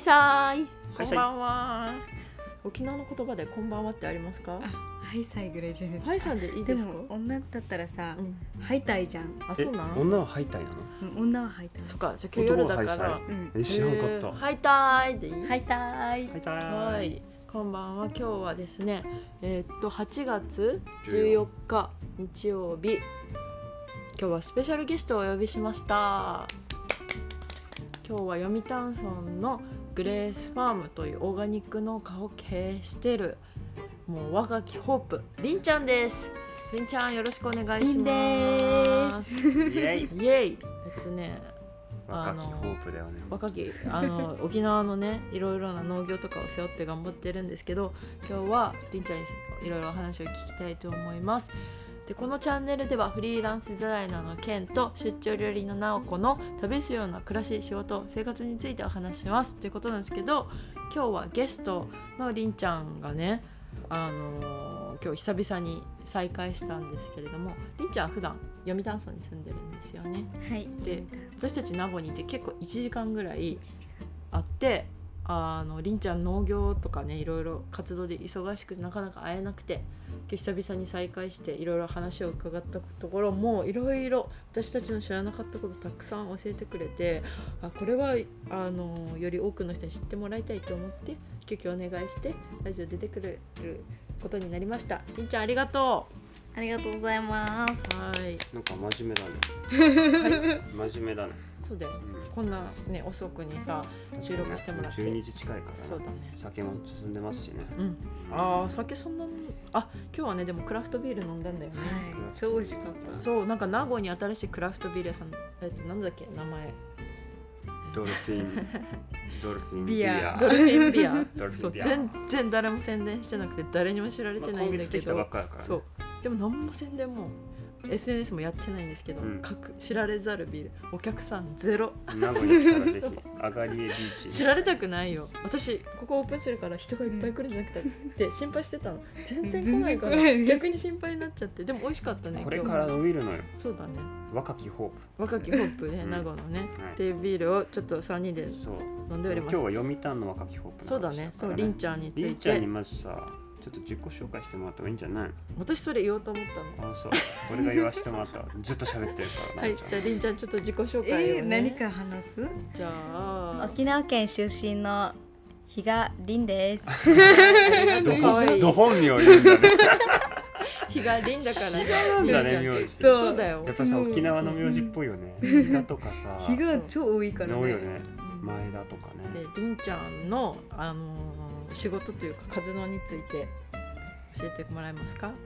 はいさーい、こんばんは。沖縄の言葉でこんばんはってありますか？ はいさいぐらいじゃないですか。 はいさんでいいですか？ でも女だったらさ、はいたいじゃん。 あ、そうなん？ 女はハイタイなの？ 女ははいたい。 そっか、じゃあ今日夜だから。 知らんかった。 はいたーいでいい？ はいたい。 はい。こんばんは。今日はですね、8月14日日曜日。今日はスペシャルゲストをお呼びしました。今日は読谷村のグレースファームというオーガニック農家を経営しているもう若きホープりんちゃんです。りんちゃんよろしくお願いします。イエイイエイ。 若きホープだよね。 若き沖縄のねいろいろな農業とかを背負って頑張ってるんですけど、今日はりんちゃんにいろいろお話を聞きたいと思います。でこのチャンネルではフリーランスデザイナーのケンと出張料理のナオコの旅するような暮らし、仕事、生活についてお話ししますということなんですけど、今日はゲストのりんちゃんがね、今日久々に再会したんですけれども、りんちゃん普段読谷村に住んでるんですよね。 はい。 で私たち名護にいて結構1時間ぐらいあって、りんちゃん農業とかねいろいろ活動で忙しくてなかなか会えなくて、今日久々に再会していろいろ話を伺ったところもいろいろ私たちの知らなかったことたくさん教えてくれて、これはより多くの人に知ってもらいたいと思って急遽お願いしてラジオ出てくれることになりました。りんちゃんありがとう。ありがとうございます。 はい。 なんか真面目だね。はい、真面目だね。 そうだよ、こんなね遅くにさ収録してもらって 12時近いからね。 そうだね。 酒も進んでますしね。 酒そんなに今日はねでもクラフトビール飲んだんだよね。 超美味しかった。 そう、なんか名護に新しいクラフトビール屋さん、なんだっけ名前。 ドルフィンビア。 ドルフィンビア。そう全然誰も宣伝してなくて誰にも知られてないんだけど。そうでも何も宣伝も。SNS もやってないんですけど、知られざるビール、お客さんゼロ。 名古屋来たらぜひアガリエビーチ知られたくないよ。私ここオープンしてるから人がいっぱい来るんじゃなくてって心配してたの。全然来ないから逆に心配になっちゃって。でも美味しかったね。 これから伸びるのよ。 そうだね。 若きホープね、名護のね、っていうビールをちょっと3人で飲んでおります。 今日は読谷の若きホープ。 そうだね。そうりんちゃんについて。 りんちゃんにまずさちょっと自己紹介してもらった方がいいんじゃない？ 私それ言おうと思ったの。 そう。俺が言わせてもらった。ずっと喋ってるから。 はい。じゃありんちゃんちょっと自己紹介をね。 何か話す？ じゃあ沖縄県出身の比嘉りんです。 ど本名言うんだね。 比嘉りんだから。 比嘉なんだね名字。 そうだよ。 やっぱさ沖縄の名字っぽいよね。比嘉とかさ。 比嘉超多いからね。 多いよね。前田とかね。 でりんちゃんの仕事というか活動について教えてもらえますか？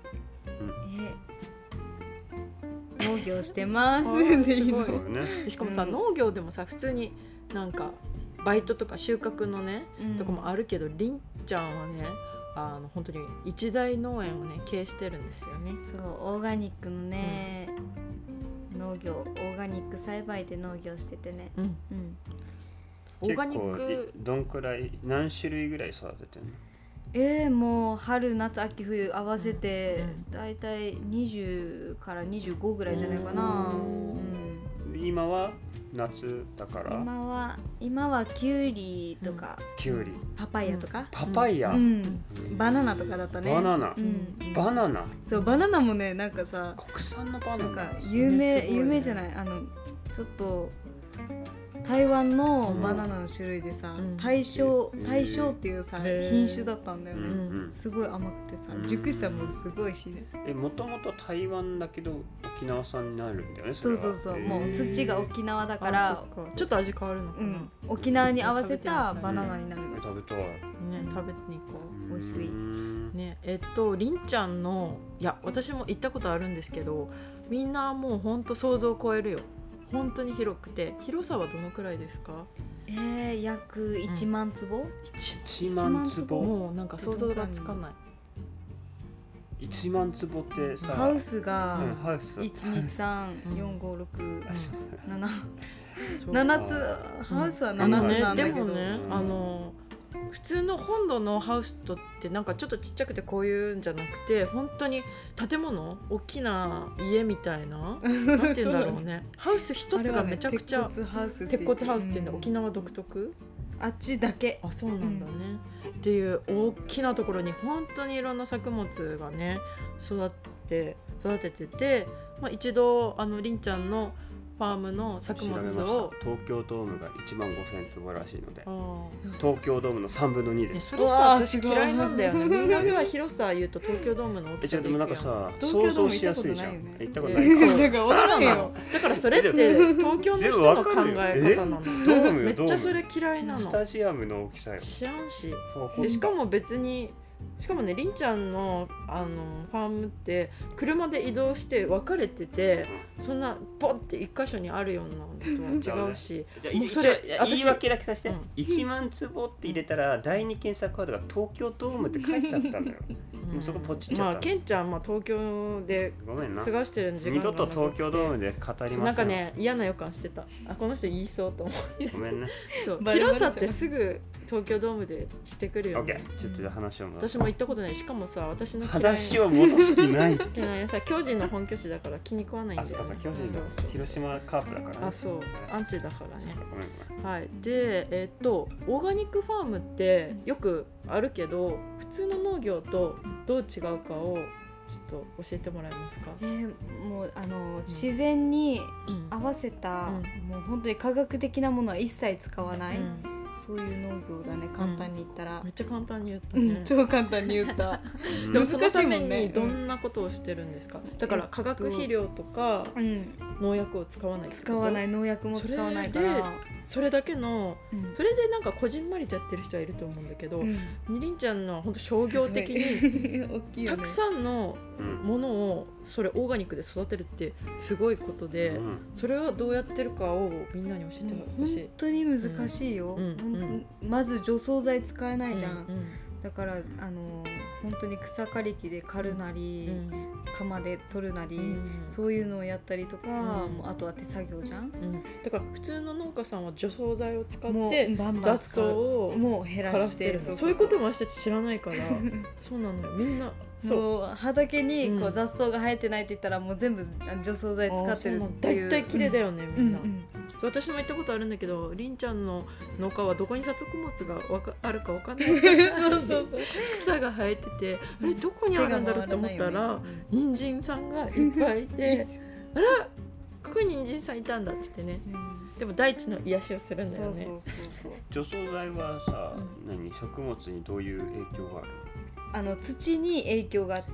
農業してますでいいの？ そうね。 しかもさ、農業でもさ普通になんかバイトとか収穫のね、とかもあるけど、りんちゃんはね本当に一大農園をね経営してるんですよね。 そうオーガニックのね、農業オーガニック栽培で農業しててね。 オーガニックどんくらい何種類ぐらい育ててるの？ もう春夏秋冬合わせてだいたい20から25ぐらいじゃないかな。 今は夏だから今はキュウリとか、パパイヤとか、 パパイヤ、 バナナとかだったね。 バナナ、 そうバナナもねなんかさ国産のバナナなんか有名じゃない？ちょっと台湾のバナナの種類でさ、大正っていうさ品種だったんだよね。すごい甘くてさ、熟したものすごいしね。 もともと台湾だけど沖縄産になるんだよね。 そう、もう土が沖縄だからちょっと味変わるのかな。 沖縄に合わせたバナナになるの。 食べたいね。 食べに行こう。美味しいね。りんちゃんの私も行ったことあるんですけど、みんなもうほんと想像を超えるよ。本当に広くて、広さはどのくらいですか？ 約1万坪、 1万坪もうなんか想像がつかない。 1万坪ってさハウスが1234567つハウスは7つなんだけど、 でもね普通の本土のハウスとってなんかちょっとちっちゃくてこういうんじゃなくて、本当に建物大きな家みたいな、なんていうんだろうね。ハウス一つがめちゃくちゃ鉄骨ハウスっていうんだ、沖縄独特あっちだけ。 あ、そうなんだね、っていう大きなところに本当にいろんな作物がね育ててて、一度りんちゃんのファームの作物を東京ドームが1万5000坪らしいので、東京ドームの3分の2で、 それさ私嫌いなんだよね。みんなさ広さ言うと東京ドームの大きさでいくやん。 でもなんかさ東京ドーム想像しやすいじゃん。行ったことないなんかか分からんよ。 だからそれって東京の人の考え方なの。 ドームよめっちゃそれ嫌いなの。 スタジアムの大きさよ。 知らんし。でしかも別にしかもね、りんちゃんのファームって車で移動して分かれてて、そんなポンって一箇所にあるようなのとは違うし、 もうそれ言い訳だけさせて、1万坪って入れたら第二検索ワードが東京ドームって書いてあったんだよ。もうそこポチっちゃった。 ケンちゃん東京で過ごしてる時間が二度と東京ドームで語ります。 なんかね嫌な予感してた。この人言いそうと思う。 ごめんね。 そう広さってすぐ東京ドームでしてくるよね。 ちょっと話を私も行ったことない。しかもさ、私の話を戻す気ない。 さ、巨人の本拠地だから気に食わないんだよね。 巨人の広島カープだからね。 そう、アンチだからね。はい。で、オーガニックファームってよくあるけど、普通の農業とどう違うかをちょっと教えてもらえますか。 もう自然に合わせた、もう本当に科学的なものは一切使わない。そういう農業だね、簡単に言ったら。 めっちゃ簡単に言ったね。 超簡単に言った。 でもそのためにどんなことをしてるんですか。だから化学肥料とか農薬を使わない。 使わない、農薬も使わないから。 それだけの、それでなんかこじんまりとやってる人はいると思うんだけど、りんちゃんの本当商業的にたくさんのものをそれオーガニックで育てるってすごいことで、それをどうやってるかをみんなに教えてほしい。 本当に難しいよ。まず除草剤使えないじゃん。だから本当に草刈り機で刈るなり、鎌で取るなり、そういうのをやったりとか、もうあとは手作業じゃん。だから普通の農家さんは除草剤を使って雑草をもう減らしてる。 そういうことも私たち知らないからそうなのよ。みんなそう畑にこう雑草が生えてないって言ったらもう全部除草剤使ってるっていう。 だいたい綺麗だよね、みんな。私も行ったことあるんだけど、りんちゃんの農家はどこに作物があるか分かんない草が生えてて、あれどこにあるんだろうと思ったら、人参さんがいっぱいいてあらここに人参さんいたんだって言ってね、でも大地の癒しをするんだよね。 除草剤はさ、食物にどういう影響があるの？ 土に影響があって、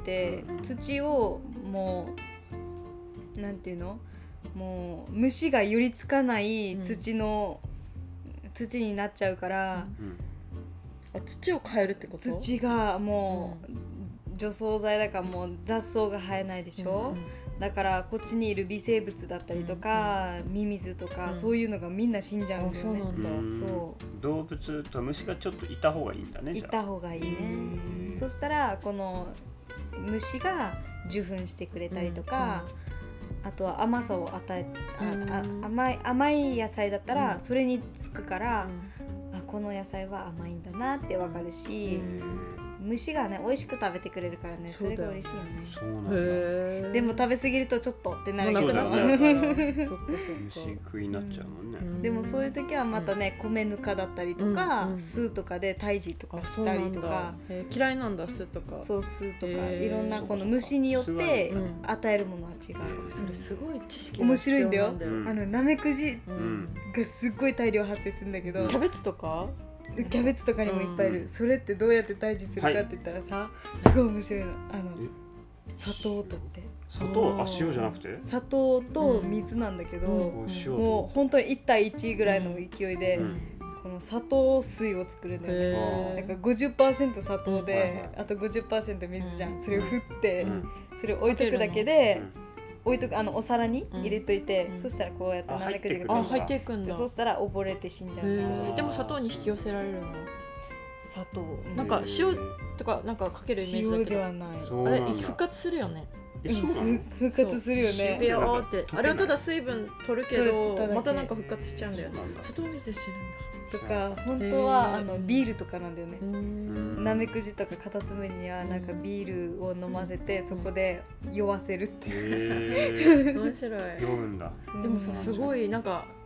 土をもうなんていうの、もう虫が寄りつかない土になっちゃうから、 土を変えるってこと？ 土がもう除草剤だからもう雑草が生えないでしょ。だからこっちにいる微生物だったりとか、ミミズとか、そういうのがみんな死んじゃうんだよね。そう動物と虫がちょっといた方がいいんだね。 いた方がいいね。そしたらこの虫が受粉してくれたりとか、あとは甘さを甘い野菜だったらそれにつくから、この野菜は甘いんだなってわかるし、虫がね美味しく食べてくれるからね、それが嬉しいよね。 そうなんだ。 でも食べ過ぎるとちょっとってなるけど、 虫食いになっちゃうもんね。 でもそういう時はまたね、米ぬかだったりとか、酢とかで退治とかしたりとか。 嫌いなんだ、酢とか。 そう、酢とかいろんなこの虫によって与えるものは違う。 それすごい知識面白いんだよ。ナメクジがすっごい大量発生するんだけど、 キャベツとかキャベツとかにもいっぱいいる。それってどうやって退治するかって言ったらさ、すごい面白いの。砂糖だって。 砂糖？塩じゃなくて？ 砂糖と水なんだけど、もう本当に1対1ぐらいの勢いでこの砂糖水を作るんだよね。なんか 50% 砂糖であと 50% 水じゃん。それを振ってそれを置いとくだけで、置いとくお皿に入れといて、そしたらこうやってナメクジが入っていくんだ。 そしたら溺れて死んじゃう。 でも砂糖に引き寄せられるの？ 砂糖なんか塩とかなんかかけるイメージだけど、 塩ではない。 あれ復活するよね。 復活するよね。 ビヨーってあれはただ水分取るけどまたなんか復活しちゃうんだよね。砂糖水で死ぬんだ。 とか本当はビールとかなんだよね。ナメクジとかカタツムリにはなんかビールを飲ませてそこで酔わせるっていう。 面白い。 酔うんだ。 でもさ、すごいなんか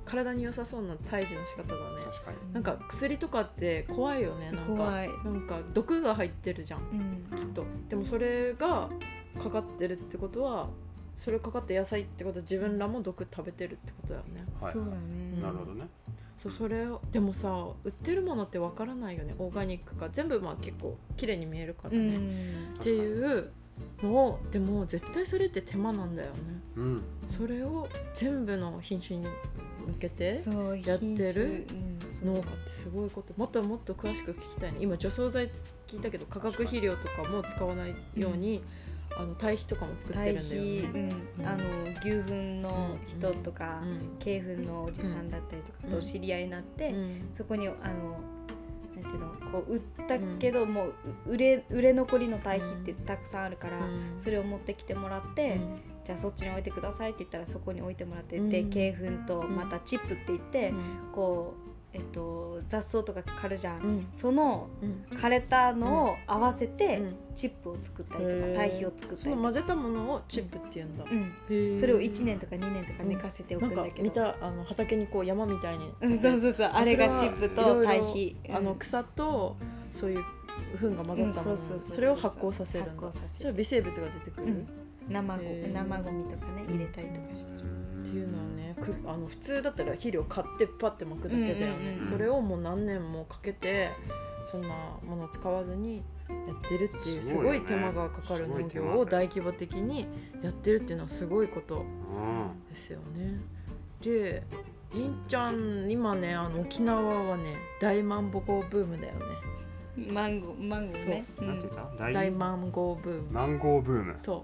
体に良さそうな退治の仕方だね。 確かに。 なんか薬とかって怖いよね。なんか毒が入ってるじゃん、きっと。でもそれがかかってるってことは、それかかった野菜ってことは自分らも毒食べてるってことだよね。 そうだね。 なるほどね。 それをでもさ、売ってるものってわからないよね。オーガニックか全部結構綺麗に見えるからね、っていうのを、でも絶対それって手間なんだよね、それを全部の品種に向けてやってる農家ってすごいこと。もっともっと詳しく聞きたいね。今除草剤聞いたけど、化学肥料とかも使わないように、堆肥とかも作ってるんだよね。 牛糞の人とか、鶏糞のおじさんだったりとかと知り合いになって、そこになんていうの、こう売ったけど、もう売れ残りの堆肥ってたくさんあるから、それを持ってきてもらって、じゃあそっちに置いてくださいって言ったらそこに置いてもらって、で鶏糞とまたチップって言って、こう雑草とか刈るじゃん、その枯れたのを合わせてチップを作ったりとか、堆肥を作ったりとか、 その混ぜたものをチップって言うんだ、 それを1年とか2年とか寝かせておくんだけど、 見た畑にこう山みたいに、 そうあれがチップと堆肥、 草とそういう糞が混ざったもの、それを発酵させるんだ。それは微生物が出てくる、 生ゴミとかね入れたりとかしてるっていうのはね、普通だったら肥料買ってパッて巻くだけだよね、それをもう何年もかけてそんなものを使わずにやってるっていう、すごい手間がかかる農業を大規模的にやってるっていうのはすごいことですよね。で、りんちゃん今ね、沖縄はね大マンゴーブームだよね。 マンゴーね。 なんて言った？ 大マンゴーブーム。 マンゴーブーム。 そう。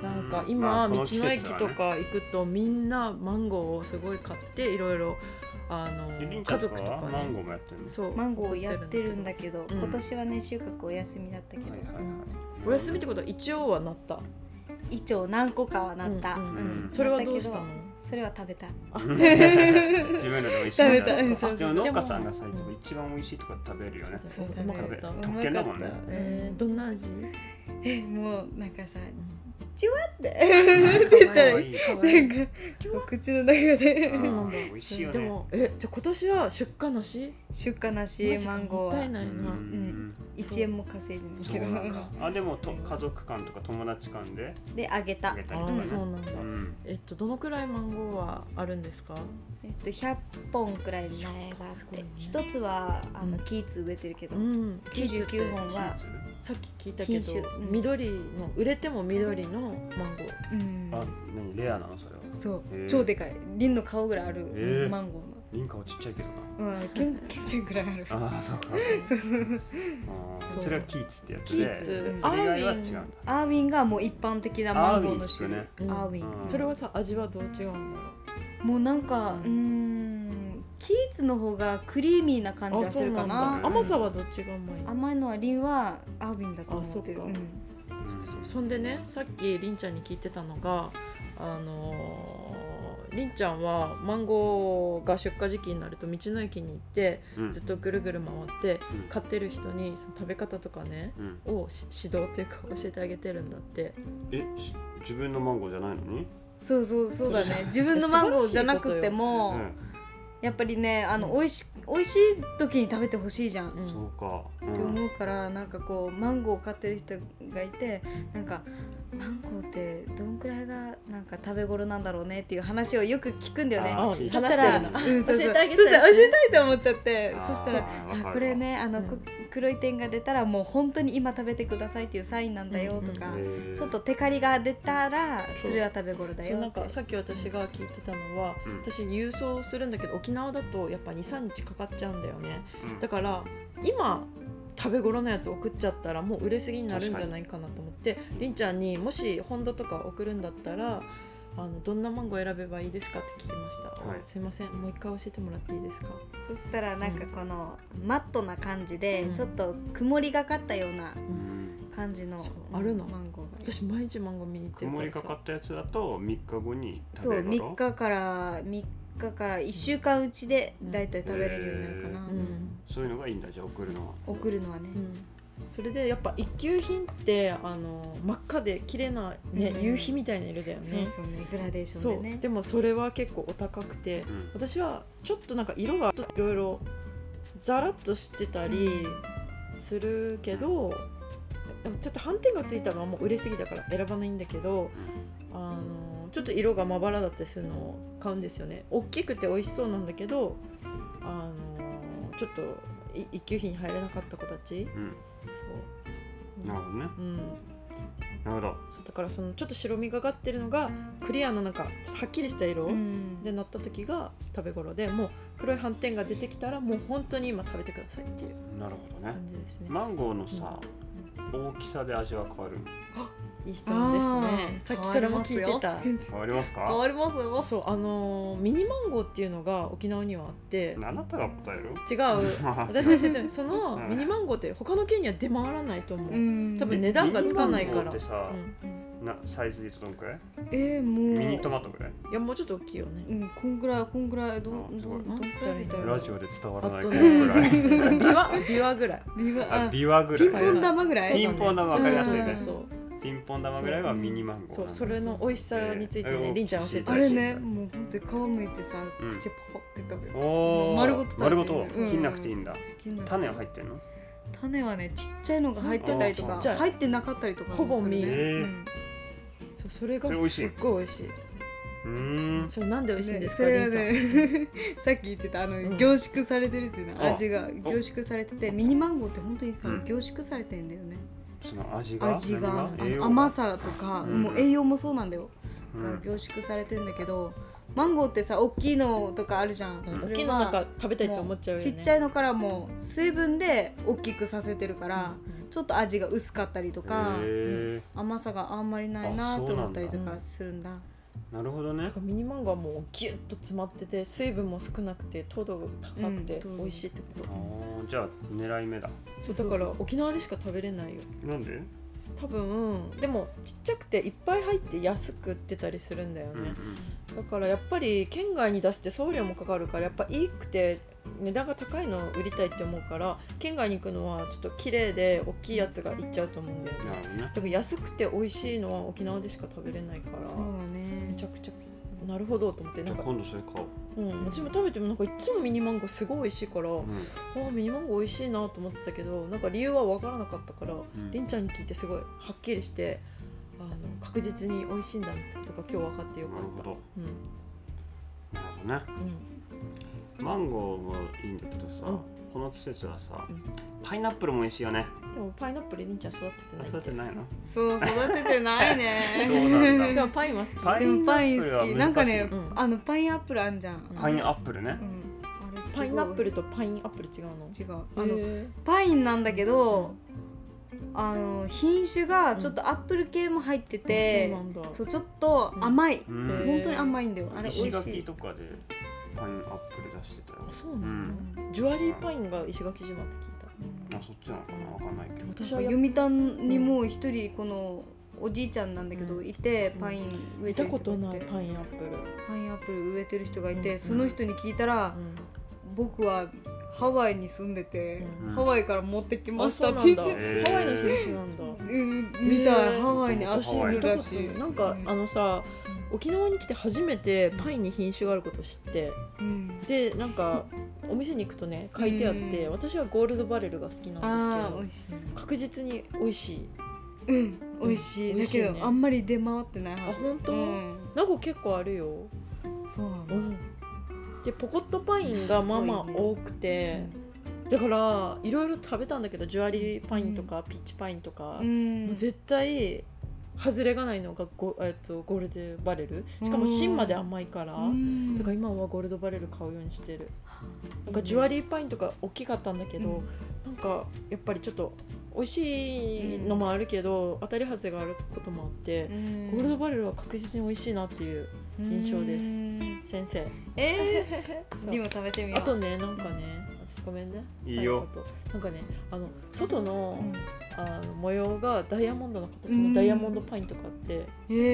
なんか今道の駅とか行くとみんなマンゴーをすごい買っていろいろ家族とかね。 マンゴーもやってるの？ そう。マンゴーやってるんだけど、今年はね収穫お休みだったけど。 お休みってことは一応はなった。 一応何個かはなった。 それはどうしたの？ それは食べた。 自分らで美味しい。でも農家さんがさ、一番美味しいとか食べるよね。 そう、うまかった。 特権だもんね。 どんな味？ もうなんかさ、チワって言ったらなんか口の中で。 そうなんだ。 美味しいよね。 でもじゃあ今年は出荷なし？ 出荷なし、マンゴーは。 もったいないな。 1円も稼いでないけど。 でも家族間とか友達間であげた。 そうなんだ。どのくらいマンゴーはあるんですか ？100本くらい苗があって、一つはキーツ植えてるけど、99本はさっき聞いたけど緑の、売れても緑のマンゴー。何レアなのそれは？ そう、超でかい。リンの顔ぐらいあるマンゴーの。 リン顔ちっちゃいけどな。 ケンちゃんぐらいある。 そうか。それはキーツってやつで。 キーツ。 アーウィンがもう一般的なマンゴーの種類。アーウィン。 それはさ、味はどう違うんだろう。もうなんかキーツの方がクリーミーな感じはするかな。 甘さはどっちが甘い？ 甘いのはリンはアーウィンだと思ってる。 そんでね、さっきりんちゃんに聞いてたのが、りんちゃんはマンゴーが出荷時期になると道の駅に行って、ずっとぐるぐる回って、買ってる人にその食べ方とかね、を指導というか教えてあげてるんだって。 自分のマンゴーじゃないのに？ そうだね。自分のマンゴーじゃなくてもやっぱりね、美味しい時に食べてほしいじゃん。 そうか。 って思うから、なんかこうマンゴーを買ってる人がいて、なんかマンゴーってどんくらいがなんか食べ頃なんだろうねっていう話をよく聞くんだよね。そしたら教えてあげたいと思っちゃって、そしたらこれね黒い点が出たらもう本当に今食べてくださいっていうサインなんだよとか、ちょっとテカリが出たらそれは食べ頃だよって。 なんかさっき私が聞いてたのは、私郵送するんだけど沖縄だとやっぱ 2,3 日かかっちゃうんだよね。だから今食べ頃のやつ送っちゃったらもう売れすぎになるんじゃないかなと思って、りんちゃんにもし本土とか送るんだったらどんなマンゴー選べばいいですかって聞きました。すいません、もう一回教えてもらっていいですか？ そしたらなんかこのマットな感じでちょっと曇りがかったような感じのあるのマンゴーが。 私毎日マンゴー見に行ってるからさ。 曇りがかったやつだと3日後に食べる頃。 そう、3日から1週間うちでだいたい食べれるようになるかな。 そういうのがいいんだ。じゃあ送るのはね。 それでやっぱ一級品って真っ赤で綺麗な、ね、夕日みたいな色だよね。 そうそうね、グラデーションでね。 でもそれは結構お高くて、私はちょっとなんか色がいろいろザラッとしてたりするけど、でもちょっと斑点がついたのはもう売れすぎだから選ばないんだけど、ちょっと色がまばらだったりするのを買うんですよね。大きくて美味しそうなんだけど、ちょっと一級品に入れなかった子たち、 なるほどね、なるほど。 そうだからそのちょっと白みがかってるのがクリアななんかちょっとはっきりした色でなった時が食べ頃で、もう黒い斑点が出てきたらもう本当に今食べてくださいっていう感じですね。 マンゴーのさ、大きさで味は変わる？ いい質問ですね。さっきそれも聞いてた。 変わりますか？ 変わりますよ。 そうミニマンゴーっていうのが沖縄にはあって、 あなたが答える？ 違う。私の説明。そのミニマンゴーって他の県には出回らないと思う。多分値段がつかないから。 ミニマンゴーってさ、サイズで言うとどんくらい？ もうミニトマトぐらい？ いやもうちょっと大きいよね。 こんぐらいどんくらいどラジオで伝わらないこんぐらい。 ビワぐらい。 ビワぐらい。 ピンポン玉ぐらい？ ピンポン玉わかりやすいね。 そう。 ピンポン玉ぐらいはミニマンゴー。 それの美味しさについてね、りんちゃん教えて。 あれね、もう本当に皮むいてさ、口ポポって食べる。 丸ごと切んなくていいんだ。種は入ってんの？ 種はね、ちっちゃいのが入ってたりとか、入ってなかったりとか。 ほぼ見え。それがすっごい美味しい。それなんで美味しいんですか？ それはね、さっき言ってた凝縮されてるっていうの、味が凝縮されてて、ミニマンゴーって本当にさ凝縮されてんだよね。 その味が甘さとか、もう栄養もそうなんだよ。が凝縮されてるんだけど、マンゴーってさ、大きいのとかあるじゃん。 大きいのなんか食べたいと思っちゃうよね。 ちっちゃいのからもう水分で大きくさせてるから、ちょっと味が薄かったりとか、甘さがあんまりないなと思ったりとかするんだ。 なるほどね。 ミニマンゴーはもうギュッと詰まってて、水分も少なくて糖度が高くて美味しいってこと。 じゃあ狙い目だ。 そうだから沖縄でしか食べれないよ。 なんで？ 多分でもちっちゃくていっぱい入って安く売ってたりするんだよね。だからやっぱり県外に出して送料もかかるから、やっぱいいくて値段が高いのを売りたいって思うから、県外に行くのはちょっと綺麗で大きいやつがいっちゃうと思うんだよね。だから安くて美味しいのは沖縄でしか食べれないから、 そうだね、 めちゃくちゃなるほどと思って、なんか今度それ買おう。 私も食べてもなんかいつもミニマンゴーすごい美味しいから、ミニマンゴー美味しいなと思ってたけど、なんか理由は分からなかったから、りんちゃんに聞いてすごいはっきりして、確実に美味しいんだってことが今日分かってよかった。 なるほど。なるほどね。マンゴーもいいんだけどさ、この季節はさ、パイナップルも美味しいよね。 でもパイナップルりんちゃん育ててない。 育ててないの？ そう、育ててないね。 そうなんだ。 でもパインは好き。 でもパイン好き。なんかね、パインアップルあんじゃん。 パインアップルね。 パイナップルとパインアップル違うの？ 違う。パインなんだけど、品種がちょっとアップル系も入ってて、そうちょっと甘い。本当に甘いんだよ。あれ美味しい。 石垣とかでパインアップル出してたよ。 そうなの？ジュアリーパインが石垣島って聞いた。 そっちなのかな、わかんないけど。 私は読谷にもう一人このおじいちゃんなんだけどいて、パイン植えてる人がいて、 見たことないパインアップル。 パインアップル植えてる人がいて、その人に聞いたら、僕はハワイに住んでて、ハワイから持ってきましたって言って、 ハワイの品種なんだ。 みたい、ハワイにあるらしい。 なんかさ、沖縄に来て初めてパインに品種があることを知って、でなんかお店に行くとね書いてあって、私はゴールドバレルが好きなんですけど、確実に美味しい。 美味しい。だけどあんまり出回ってないはず。 本当？名護結構あるよ。 そうなんだ。 でポコットパインがまあまあ多くて、だからいろいろ食べたんだけど、ジュアリーパインとかピッチパインとか、もう絶対外れがないのがゴールドバレル。しかも芯まで甘いから、だから今はゴールドバレル買うようにしてる。なんかジュアリーパインとか大きかったんだけど、なんかやっぱりちょっと美味しいのもあるけど、当たり外れがあることもあって、ゴールドバレルは確実に美味しいなっていう印象です。先生。 リも食べてみよう。 あとね、なんかね、ごめんね。 いいよ。 なんかね、外の模様がダイヤモンドの形のダイヤモンドパインとかあって、なん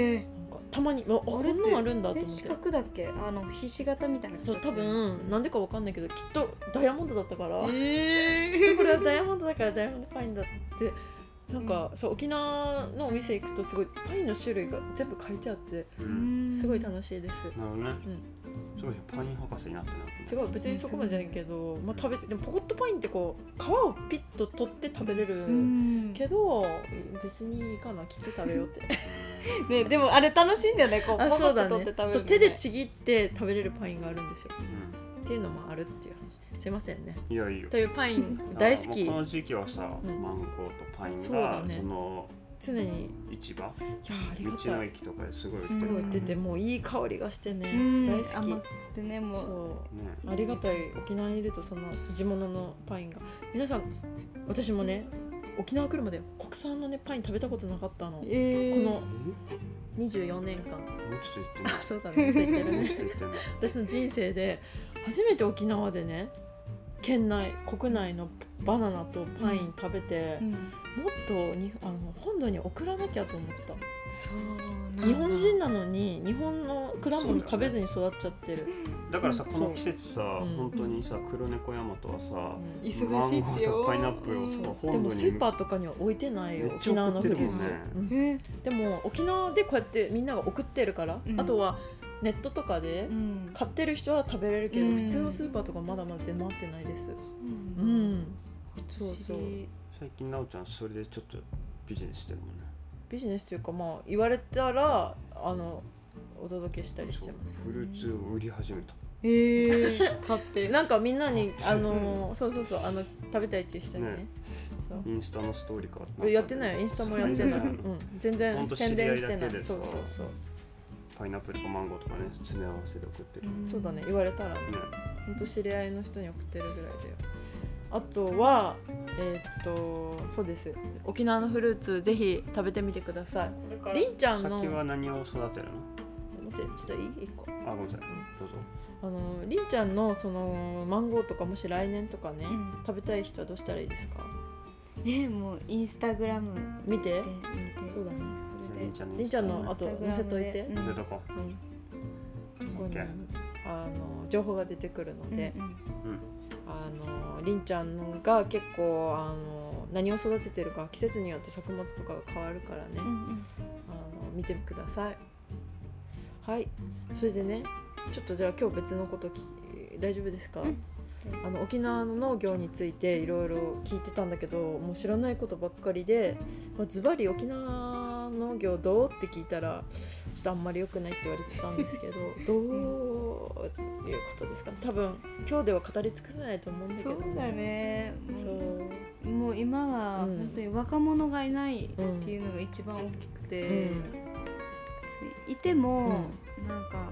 かたまにこんなのあるんだと思って。 四角だっけ、ひし形みたいな形。 そう多分なんでかわかんないけどきっとダイヤモンドだったから、きっとー、 これはダイヤモンドだからダイヤモンドパインだってなんか、そう沖縄のお店行くとすごいパインの種類が全部書いてあってすごい楽しいです。 なるほどね、すごいパイン博士になってな。 違う、別にそこまでじゃないけど、まあ、でもポコットパインってこう皮をピッと取って食べれるけど、別にいいかな、切って食べようってね、でもあれ楽しいんだよね、こうポコッと取って食べる、ね、 手でちぎって食べれるパインがあるんですよ、っていうのもあるっていう話。すいませんね。 いやいいよ。 というパイン大好き。 この時期はさ、マンゴーとパインがその常に市場、 いやありがたい、 道の駅とかですごい売ってて、もういい香りがしてね、大好き。 甘くてね、もうそうね、ありがたい。沖縄にいるとその地物のパインが、皆さん、私もね沖縄来るまで国産のねパイン食べたことなかったの、この24年間。 もうちょっと言ってね。 そうだね、言ってるね私の人生で初めて沖縄でね、国内のバナナとパイン食べて、もっと本土に送らなきゃと思った。 そう日本人なのに日本の果物食べずに育っちゃってる。 だからさ、この季節さ、本当にさ、黒猫ヤマトはさ、 忙しいってよ。 マンゴーとパイナップルをさ、 でもスーパーとかには置いてないよ、沖縄のフルーツ。でも沖縄でこうやってみんなが送ってるから、あとはネットとかで買ってる人は食べれるけど、普通のスーパーとかまだまだ出回ってないです。そうそう。 最近なおちゃんそれでちょっとビジネスしてるもんね。 ビジネスというか、まあ言われたらお届けしたりしてます。 フルーツを売り始めた。 買ってなんかみんなにそう食べたいっていう人にね。 インスタのストーリーかやってないよ、インスタもやってない。全然宣伝してない。そうパイナップルとかマンゴーとかね、詰め合わせで送ってる。 そうだね、言われたらね、本当知り合いの人に送ってるぐらいだよ。あとはそうです、沖縄のフルーツぜひ食べてみてください。りんちゃんの先は何を育てるの？ 待って、ちょっといい？1個。 ごめんなさい、どうぞ。 りんちゃんのそのマンゴーとかもし来年とかね、食べたい人はどうしたらいいですか？ もうインスタグラム見て。そうだね。りんちゃんのあと載せといて。 載せとこう。 そこに情報が出てくるので、りんちゃんが結構何を育ててるか季節によって作物とかが変わるからね、見てください。はい、それでね、ちょっとじゃあ今日別のこと大丈夫ですか？沖縄の農業についていろいろ聞いてたんだけど、もう知らないことばっかりで、ズバリ沖縄農業どうって聞いたらちょっとあんまり良くないって言われてたんですけど、どういうことですかね。多分今日では語り尽くせないと思うんだけどね。 そうだね。もう今は本当に若者がいないっていうのが一番大きくて、いてもなんか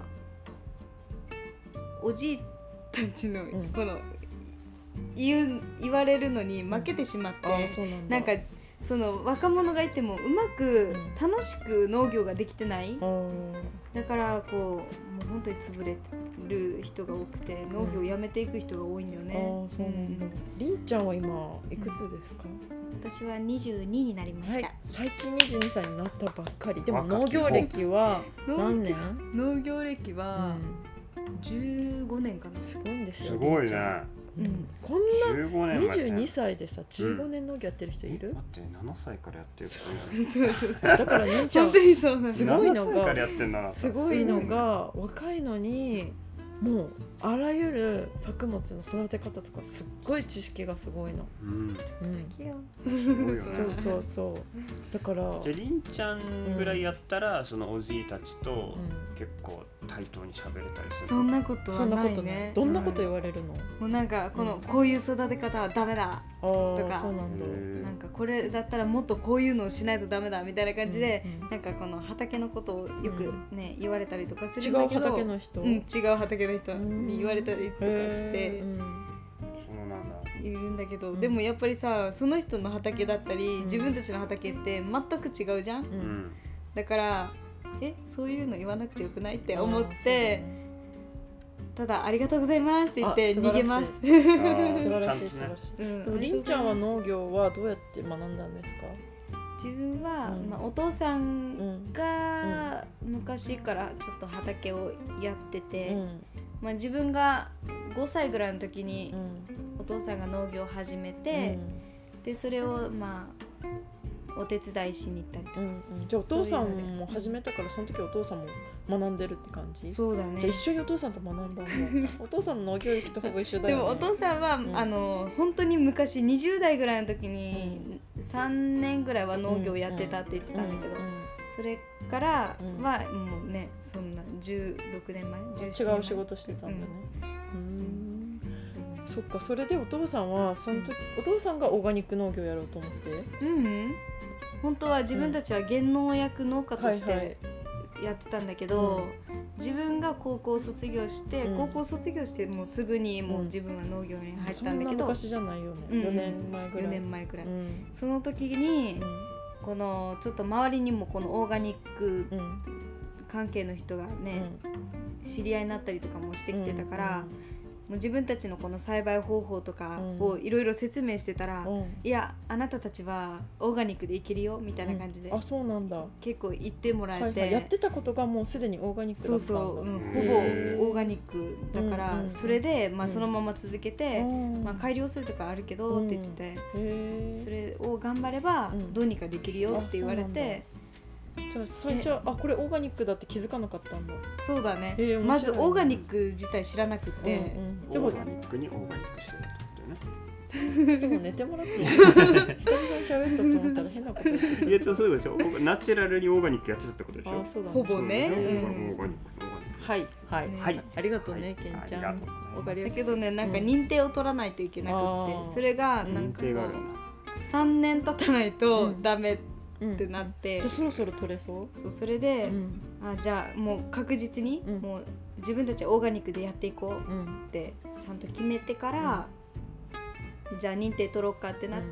おじいたちのこの言われるのに負けてしまって、なんかその若者がいてもうまく楽しく農業ができてない、だからこうもう本当に潰れる人が多くて農業をやめていく人が多いんだよね。 そうなんだ。りんちゃんは今いくつですか？ 私は22になりました。 最近22歳になったばっかり。でも農業歴は何年？ 農業歴は15年かな。 すごいんですよ。 すごいね。 こんな22歳でさ15年農業やってる人いる？ 待って、7歳からやってる。 だからりんちゃん本当にそうなんです。 すごいのが若いのにもうあらゆる作物の育て方とかすっごい知識がすごいの。そうだからじゃありんちゃんぐらいやったら、そのおじいたちと結構対等に喋れたりする。 そんなことはないね。 どんなこと言われるの？ もうなんかこういう育て方はダメだとか、なんかこれだったらもっとこういうのをしないとダメだみたいな感じで、なんかこの畑のことをよくね言われたりとかするんだけど、違う畑の人に言われたりとかしているんだけど、でもやっぱりさ、その人の畑だったり自分たちの畑って全く違うじゃん。だからそういうの言わなくてよくないって思って、ただありがとうございますって言って逃げます。 素晴らしい。でもりんちゃんは農業はどうやって学んだんですか？ 自分は、お父さんが昔からちょっと畑をやってて、自分が5歳ぐらいの時にお父さんが農業を始めて、でそれをお手伝いしに行ったりとか、 じゃあお父さんも始めたからその時お父さんも学んでるって感じ？ そうだね。 じゃあ一緒にお父さんと学んだんだお父さんの農業歴とほぼ一緒だよね。 でもお父さんは、本当に昔20代ぐらいの時に3年ぐらいは農業をやってたって言ってたんだけど、それからはもうね、そんな16年前17年前違う仕事してたんだね。そっか。それでお父さんはその時、お父さんがオーガニック農業やろうと思って？ 本当は自分たちは減農薬農家としてやってたんだけど、自分が高校卒業して、高校卒業してもうすぐにもう自分は農業に入ったんだけど、 そんな昔じゃないよね。4年前ぐらい。4 年前ぐらい。その時に、このちょっと周りにもこのオーガニック関係の人がね、知り合いになったりとかもしてきてたから、もう自分たちのこの栽培方法とかをいろいろ説明してたら、いやあなたたちはオーガニックでいけるよみたいな感じで、 あ、そうなんだ。 結構言ってもらえて、 やってたことがもうすでにオーガニックだったんだ。 ほぼオーガニックだから、それでそのまま続けて、改良するとかあるけどって言ってて、それを頑張ればどうにかできるよって言われて、 じゃあ最初これオーガニックだって気づかなかったんだ。 そうだね、まずオーガニック自体知らなくて、 でもオーガニックにオーガニックしてるってことよね。 でも寝てもらっていい？久々に喋ったと思ったら変なこと言って。 いや、そうでしょ。ナチュラルにオーガニックやってたってことでしょ。 そうだね。 ほぼね。 オーガニック。 はい。ありがとうね、けんちゃん。わかりやすい。 だけどね、なんか認定を取らないといけなくって、それがなんかこう3年経たないとダメってなって、 そろそろ取れそう？ そう、それで、じゃあもう確実にもう自分たちはオーガニックでやっていこうってちゃんと決めてから、じゃあ認定取ろうかってなって、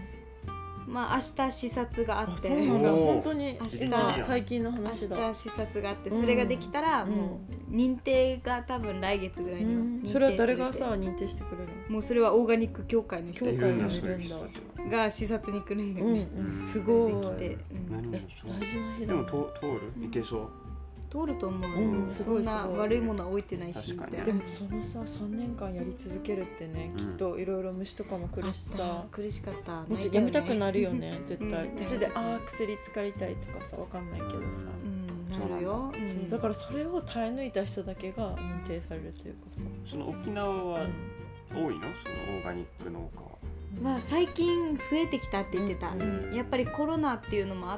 明日視察があって、 本当に明日最近の話だ。 明日視察があって、それができたらもう認定が多分来月ぐらいには認定取れて、 それは誰がさ認定してくれるの？ もうそれはオーガニック協会の人協会がいるんだが視察に来るんだよね。 すごい。 できて、 大事な日だ。 でも通る？いけそう？ 通ると思う。そんな悪いものは置いてないしみたいな。 でもそのさ3年間やり続けるってね、きっといろいろ虫とかも来るしさ、 苦しかった。 もっとやめたくなるよね絶対。途中で薬使いたいとかさ、わかんないけどさ。 なるよ。 だからそれを耐え抜いた人だけが認定されるというかさ。 その沖縄は多いの？そのオーガニック農家は。 最近増えてきたって言ってた。やっぱりコロナっていうのもあって、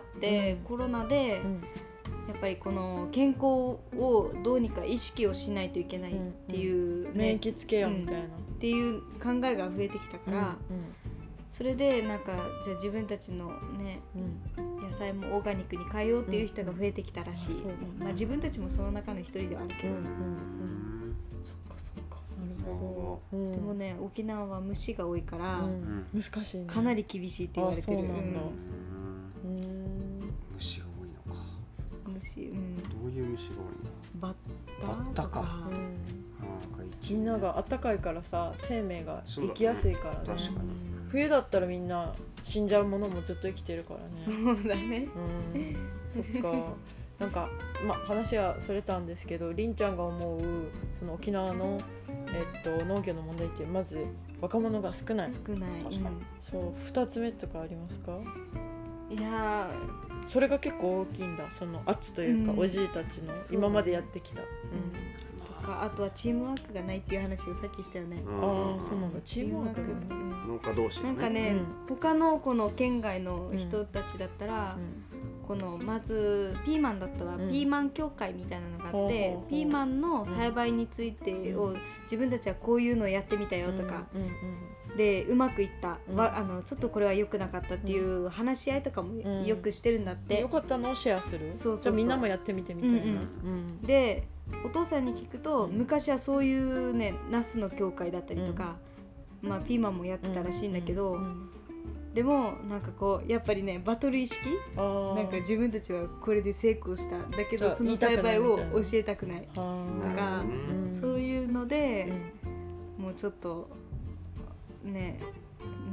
コロナでやっぱりこの健康をどうにか意識をしないといけないっていう、 免疫つけようみたいな、 っていう考えが増えてきたから、それでなんかじゃあ自分たちのね、野菜もオーガニックに変えようっていう人が増えてきたらしい。自分たちもその中の一人ではあるけど、 そっかなるほど。 でもね、沖縄は虫が多いから難しいね。 かなり厳しいって言われてる。 虫が多いのか。 虫、 どういう虫が多いの？バッタか。 みんなが暖かいからさ、生命が生きやすいからね。 確かに。 冬だったらみんな死んじゃうものもずっと生きてるからね。 そうだね。 そっか。なんか話はそれたんですけど、りんちゃんが思うその沖縄の農業の問題ってまず若者が少ない。 少ない。 そう、2つ目とかありますか？ いやそれが結構大きいんだ。その圧というか、おじいたちの今までやってきた。 とか、あとはチームワークがないっていう話をさっきしたよね。 そうなんだ。チームワーク農家同士なんかね、他のこの県外の人たちだったら、このまずピーマンだったらピーマン協会みたいなのがあって、ピーマンの栽培についてを自分たちはこういうのをやってみたよとか、でうまくいった、ちょっとこれは良くなかったっていう話し合いとかもよくしてるんだって。 良かったのをシェアする。じゃあみんなもやってみてみたいな。 でお父さんに聞くと、昔はそういうね、ナスの協会だったりとか、ピーマンもやってたらしいんだけど、でもなんかこうやっぱりね、バトル意識、なんか自分たちはこれで成功しただけどその栽培を教えたくないとか、そういうので、もうちょっとね、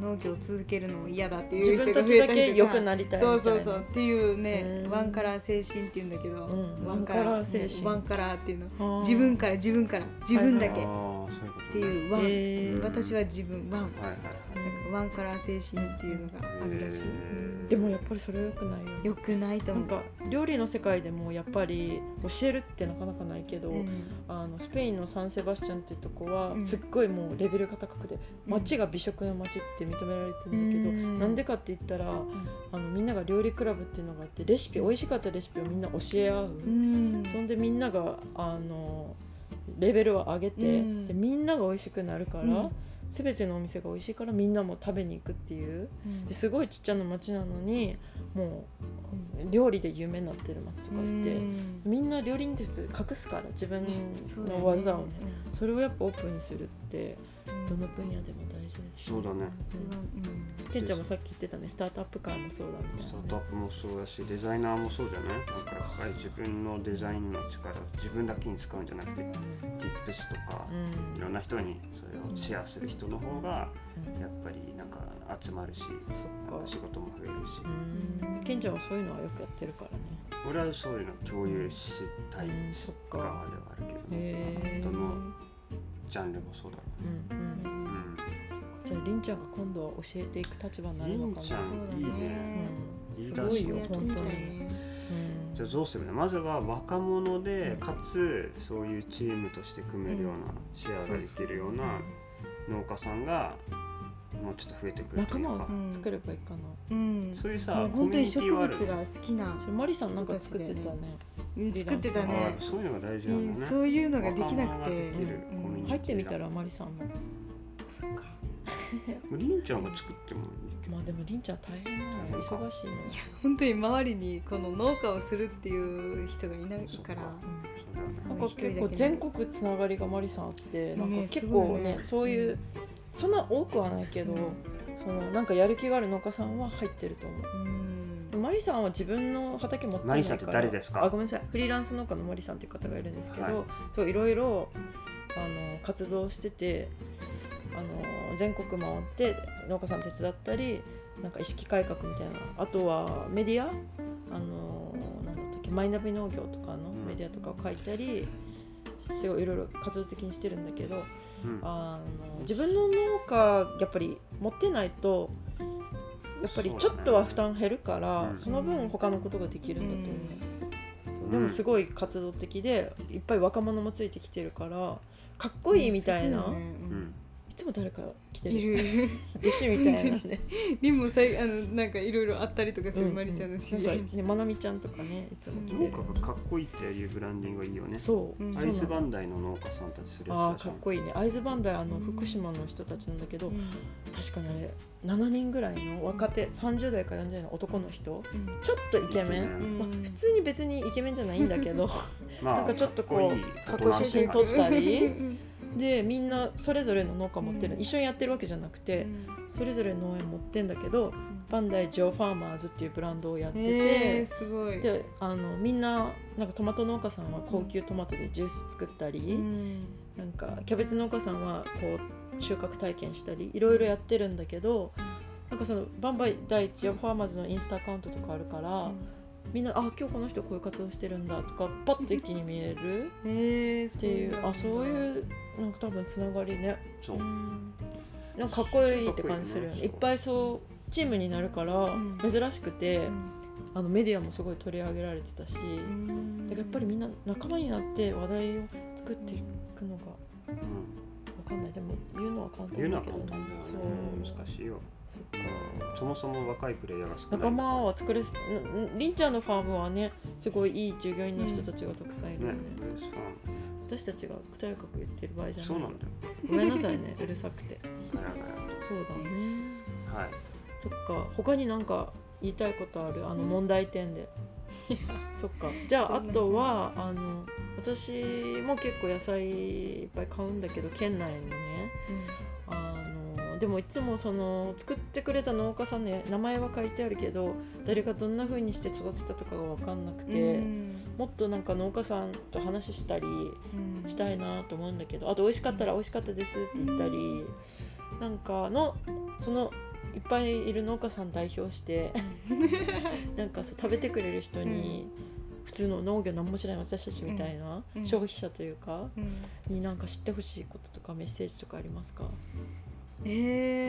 農業を続けるのも嫌だっていう人自分たちだが増えたりとかけ良くなりたいみたいな。 そうっていうね、ワンカラー精神っていうんだけど、 ワンカラー精神、 ワンカラーっていうの、自分から自分だけっていうワン、私は自分ワン、なんかワンカラー精神っていうのがあるらしい。 でもやっぱりそれは良くないよね。 良くないと思う。 なんか料理の世界でもやっぱり教えるってなかなかないけど、スペインのサンセバスチャンっていうとこはすっごいもうレベルが高くて、街が美食の街って認められてるんだけど、なんでかって言ったらみんなが料理クラブっていうのがあって、レシピ美味しかったレシピをみんな教え合う、そんでみんながレベルを上げて、でみんなが美味しくなるから、全てのお店が美味しいからみんなも食べに行くっていう、ですごいちっちゃな町なのにもう料理で有名になってる町とかって、みんな料理に普通隠すから自分の技をね、それをやっぱオープンにするってどの分野でも大事です。 そうだね。 ケンちゃんもさっき言ってたね、スタートアップ界もそうだみたいな、ね、スタートアップもそうだし、デザイナーもそうじゃない。なんかやっぱり自分のデザインの力自分だけに使うんじゃなくて、Tips とか、いろんな人にそれをシェアする人の方がやっぱりなんか集まるし、仕事も増えるし。 ケンちゃんはそういうのはよくやってるからね。 俺はそういうの共有したい側ではあるけど、どのジャンルもそうだろうね。 じゃありんちゃんが今度は教えていく立場になるのかな。 りんちゃんいいね。 すごいよ本当に。 じゃあどうするね。まずは若者でかつそういうチームとして組めるような、シェアができるような農家さんがもうちょっと増えてくるというか、 仲間を作ればいいかな。そういうさ、 本当に植物が好きなマリさんなんか作ってたね。 作ってたね。 そういうのが大事なんだね。 そういうのができなくて、 入ってみたらマリさんも。 そっか。 りんちゃんが作ってもいいけど。 まあでもりんちゃん大変だよ、忙しいの。 いや本当に周りにこの農家をするっていう人がいないから。 なんか結構全国つながりがマリさんあって、なんか結構ね、そういうそんな多くはないけど、そのなんかやる気がある農家さんは入ってると思う。マリさんは自分の畑持ってないから。マリさんって誰ですか？ ごめんなさい、フリーランス農家のマリさんっていう方がいるんですけど、そういろいろ活動してて、全国回って農家さん手伝ったり、なんか意識改革みたいな、あとはメディア、なんだったっけ、マイナビ農業とかのメディアとかを書いたり、すごいいろいろ活動的にしてるんだけど、自分の農家やっぱり持ってないとやっぱりちょっとは負担減るから、その分他のことができるんだと思う。でもすごい活動的でいっぱい若者もついてきてるからかっこいいみたいな、いつも誰か来てる弟子みたいなね。 リンもなんかいろいろあったりとかする、マリちゃんの知り合いね、まなみちゃんとかね、いつも来てる。 農家がかっこいいっていうブランディングがいいよね。 そう、 会津磐梯の農家さんたちするやつだじゃん。 かっこいいね。会津磐梯福島の人たちなんだけど、確かにあれ7人ぐらいの若手、30代から40代の男の人、ちょっとイケメン、普通に別にイケメンじゃないんだけどなんかちょっとこうかっこいい写真撮ったりで、みんなそれぞれの農家持ってる、一緒にやってるわけじゃなくて、それぞれ農園持ってんだけど、磐梯ジョーファーマーズっていうブランドをやってて、 すごい。 でみんななんかトマト農家さんは高級トマトでジュース作ったり、なんかキャベツ農家さんはこう収穫体験したりいろいろやってるんだけど、なんかその磐梯ジョーファーマーズのインスタアカウントとかあるから、みんな今日この人こういう活動してるんだとかパッと一気に見えるっていう、そういうなんか多分つながりね。 そうなんかかっこいいって感じするよね。いっぱいそうチームになるから珍しくて、メディアもすごい取り上げられてたし、だからやっぱりみんな仲間になって話題を作っていくのが分かんない。でも言うのは簡単だけど、 言うのは簡単だよね。難しいよ。そもそも若いプレイヤーが少ない。 仲間は作れす、りんちゃんのファームはね、すごいいい従業員の人たちがたくさんいるよね。私たちが具体学言ってる場合じゃない。 そうなんだよ。 ごめんなさいね、うるさくて。 ガヤガヤと。 そうだね。 はい。 そっか、他になんか言いたいことある？問題点で。そっか。じゃああとは私も結構野菜いっぱい買うんだけど、県内にね。でもいつもその作ってくれた農家さんね、名前は書いてあるけど誰がどんな風にして育てたとかが分かんなくて、もっとなんか農家さんと話したりしたいなと思うんだけど、あと美味しかったら美味しかったですって言ったり、なんかのそのいっぱいいる農家さん代表してなんかそう食べてくれる人に、普通の農業何も知らない私たちみたいな、消費者というか、になんか知ってほしいこととかメッセージとかありますか？ もうなん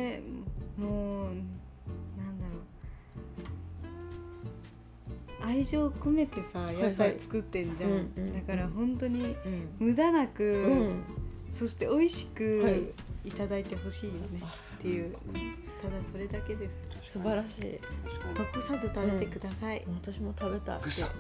だろう、愛情込めてさ野菜作ってんじゃん、だから本当に無駄なく、そして美味しくいただいてほしいよねっていう、ただそれだけです。 素晴らしい。 残さず食べてください。 私も食べたい。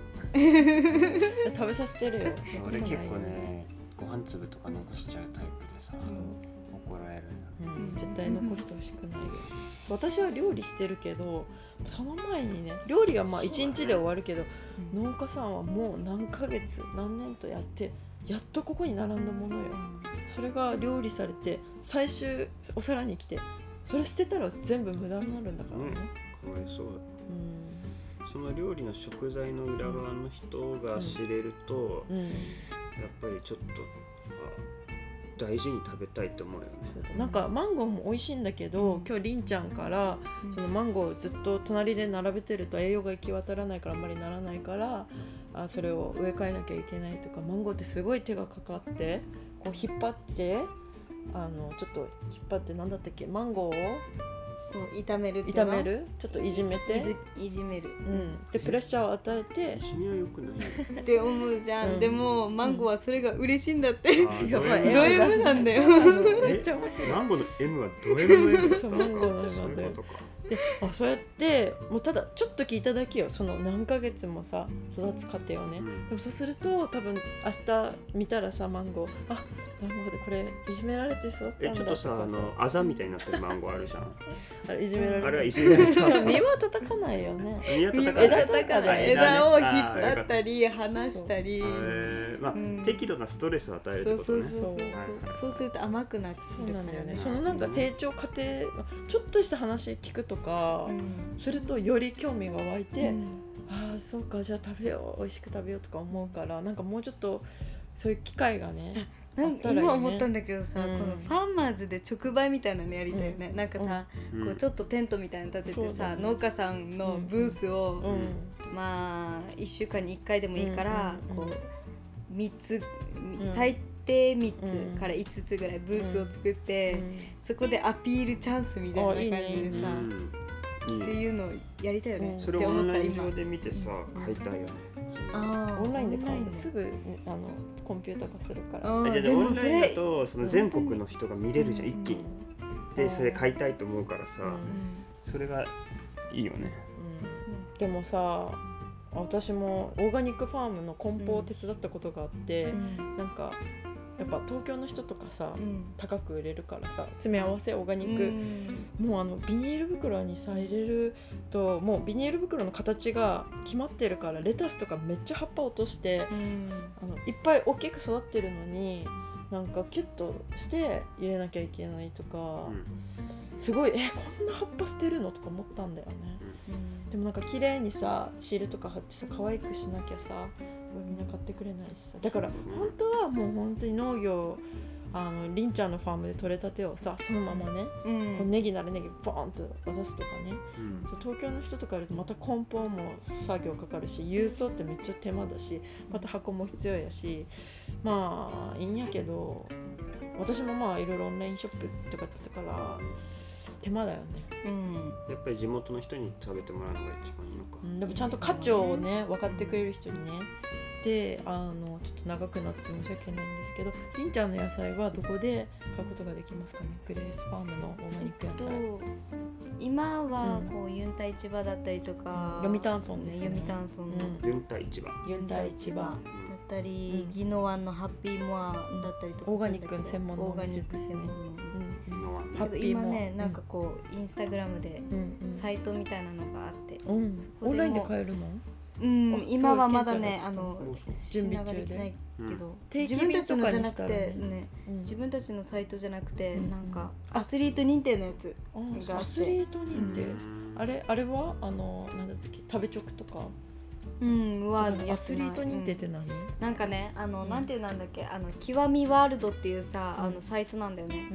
食べさせてるよ。 俺結構ね、ご飯粒とか残しちゃうタイプでさ、怒られる。 絶対残してほしくないよ。私は料理してるけど、その前にね、料理はまあ1日で終わるけど、農家さんはもう何ヶ月何年とやってやっとここに並んだものよ。それが料理されて最終お皿に来て、それ捨てたら全部無駄になるんだからね。 かわいそうだ。その料理の食材の裏側の人が知れると、やっぱりちょっと大事に食べたいと思うよね。 なんかマンゴーも美味しいんだけど、今日りんちゃんからそのマンゴーをずっと隣で並べてると栄養が行き渡らないからあんまりならないから、それを植え替えなきゃいけないとか、マンゴーってすごい手がかかってこう引っ張ってちょっと引っ張ってなんだったっけ、マンゴーを炒めるちょっといじめていじめる、 でプレッシャーを与えて、 いじめは良くないって思うじゃん、でもマンゴーはそれが嬉しいんだって、 やばい、 ド M なんだよ。 めっちゃ面白い。 マンゴーの M はド M の M そう、マンゴーの M だよ。でそうやってもうただちょっと聞いただけよ、その何ヶ月もさ育つ過程をね、でもそうすると多分明日見たらさ、マンゴーなるほど、これいじめられて育ったんだちょっとさ、あざみたいになってるマンゴーあるじゃんあれいじめられて、 あれはいじめられた。 実は叩かないよね。 枝を引っ張ったり離したり、 適度なストレスを与えるってことね。 そうすると甘くなっちゃう。 そうなんだよね。そのなんか成長過程、ちょっとした話聞くとかするとより興味が湧いて、そうか、じゃあ食べよう、美味しく食べようとか思うから、なんかもうちょっとそういう機会がね、 なんか今思ったんだけどさ、このファーマーズで直売みたいなのやりたいよね。なんかさ、こうちょっとテントみたいなの立ててさ、農家さんのブースをまあ1週間に1回でもいいからこう3つ最低3つから5つぐらいブースを作って、そこでアピールチャンスみたいな感じでさっていうのをやりたいよね。 それをオンライン上で見てさ、買いたいよね。 オンラインで買うのすぐコンピューター化するから。 オンラインだとその全国の人が見れるじゃん、一気に。でそれ買いたいと思うからさ、それがいいよね。 でもさ、私もオーガニックファームの梱包を手伝ったことがあって、なんかやっぱ東京の人とかさ、高く売れるからさ、詰め合わせオーガニック、もうビニール袋にさ入れると、もうビニール袋の形が決まってるから、レタスとかめっちゃ葉っぱ落として、いっぱい大きく育ってるのになんかキュッとして入れなきゃいけないとか、すごいこんな葉っぱ捨てるのとか思ったんだよね。でもなんか綺麗にさシールとか貼ってさ可愛くしなきゃさ、みんな買ってくれないしさ、だから本当はもう本当に農業、りんちゃんのファームで採れたてをさそのままね、こうネギならネギボーンと渡すとかね、そう東京の人とかやるとまた梱包も作業かかるし、郵送ってめっちゃ手間だし、また箱も必要やし、まあいいんやけど、私もまあいろいろオンラインショップとかって言ってたから手間だよね。 やっぱり地元の人に食べてもらうのが一番いいのか。 でもちゃんと価値をね分かってくれる人にね。でちょっと長くなって申し訳ないんですけど、りんちゃんの野菜はどこで買うことができますかね？グレースファームのオーガニック野菜。 今はこうユンタ市場だったりとか、 読谷村ですね。 読谷村のユンタ市場。 ユンタ市場だったり、宜野湾のハッピーモアだったりとか、 オーガニック専門のオーガニック専門のハッピーモア。 今ね、なんかこうインスタグラムでサイトみたいなのがあって、 オンラインで買えるの？ 今はまだね準備中でないけど、 自分たちのじゃなくてね、自分たちのサイトじゃなくて、なんかアスリート認定のやつがあって、 アスリート認定、あれはなんだっけ、食べチョクとか、アスリート認定って何？ なんかねなんてなんだっけ、極みワールドっていうさサイトなんだよね。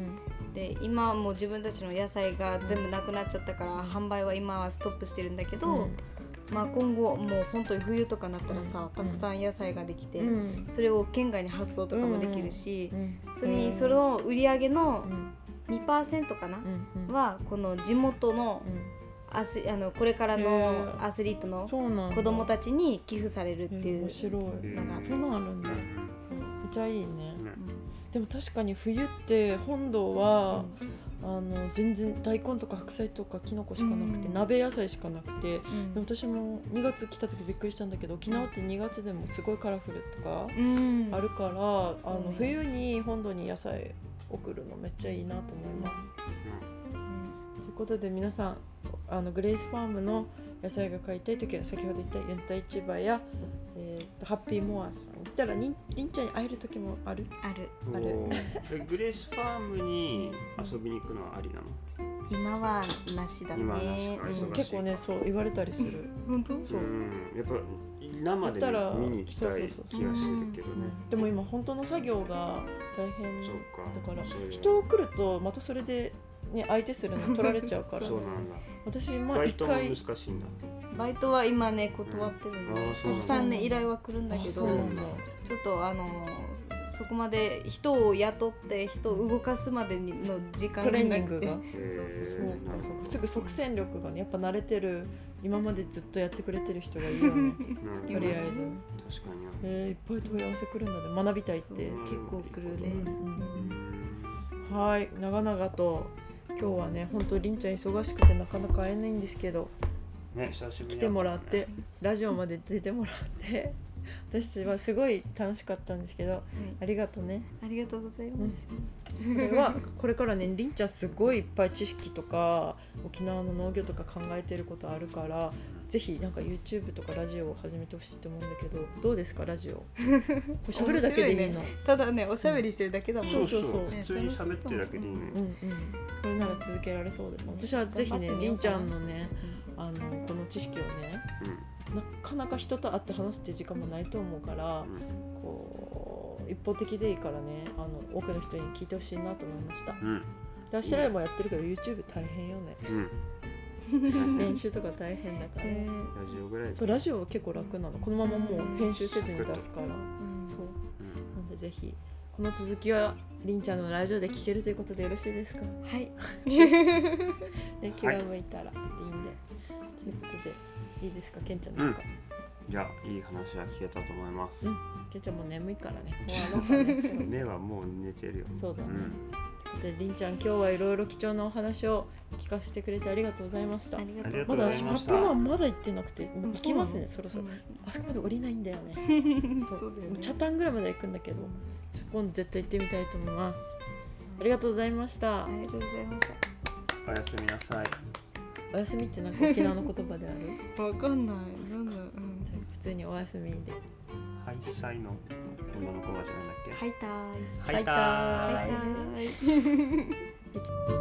で今はもう自分たちの野菜が全部なくなっちゃったから販売は今はストップしてるんだけど、まあ今後もう本当に冬とかになったらさ、たくさん野菜ができて、それを県外に発送とかもできるし、その売り上げの2% かな、はこの地元のこれからのアスリートの子供たちに寄付されるっていう面白い。そんなのあるんだ。そうめっちゃいいね。でも確かに冬って本土は、全然大根とか白菜とかキノコしかなくて、鍋野菜しかなくて、でも私も2月来た時びっくりしたんだけど、沖縄って2月でもすごいカラフルとかあるから、冬に本土に野菜送るのめっちゃいいなと思います。ということで皆さんグレイスファームの野菜が買いたい時は先ほど言ったユンタ市場や、ハッピーモアさん行ったらりんちゃんに会える時もある。 グレイスファームに遊びに行くのはありなの？ 今はなしだね。 結構ねそう言われたりする。 本当？ そう。やっぱ生で見に行きたい気がするけどね。 でも今本当の作業が大変だから人を来るとまたそれでね相手するの取られちゃうから。 そうなんだ。 私バイトも難しいんだ。 バイトは今ね断ってるの。たくさんね依頼は来るんだけど、ちょっとそこまで人を雇って人を動かすまでの時間がなくて、トレーニングがすぐ即戦力がねやっぱ慣れてる今までずっとやってくれてる人がいいよね。とりあえずね。 確かに。 いっぱい問い合わせ来るんだね。学びたいって結構来るね。 はい、長々と今日はね本当りんちゃん忙しくてなかなか会えないんですけど、 ね、久しぶり来てもらってラジオまで出てもらって私はすごい楽しかったんですけど、ありがとうね。 ありがとうございます。 これからねりんちゃんすごいいっぱい知識とか沖縄の農業とか考えてることあるから、ぜひなんか YouTube とかラジオを始めてほしいと思うんだけど、どうですかラジオ？喋るだけでいいの？ ただねおしゃべりしてるだけだもん。 そう普通に喋ってるだけでいいね。 これなら続けられそうです。私はぜひねりんちゃんのねこの知識をね、なかなか人と会って話すっていう時間もないと思うから、こう一方的でいいからね多くの人に聞いてほしいなと思いました。であしらもやってるけど YouTube 大変よね。編集とか大変だから、 ラジオぐらい。 そうラジオは結構楽なの。このままもう編集せずに出すから、そうなんでぜひこの続きはりんちゃんのラジオで聞けるということでよろしいですか？ はい。 ね、気が向いたらいいんで、ということでいいですかケンちゃんなんか。 いやいい話は聞けたと思います。 ケンちゃんも眠いからね。終わろうかね。 目はもう寝てるよ。 そうだね。でりんちゃん今日はいろいろ貴重なお話を聞かせてくれてありがとうございました。 ありがとうまだ私ハッピーマンまだ行ってなくて行きますねそろそろ。あそこまで降りないんだよね。そうチャタンぐらいまで行くんだけど今度絶対行ってみたいと思います。ありがとうございました。 ありがとうございました。 おやすみなさい。 おやすみってなんか沖縄の言葉である？ わかんない。なんだ。 普通におやすみで。 ハイサイの女の子はじゃないんだっけ？ ハイタイ。 ハイタイ。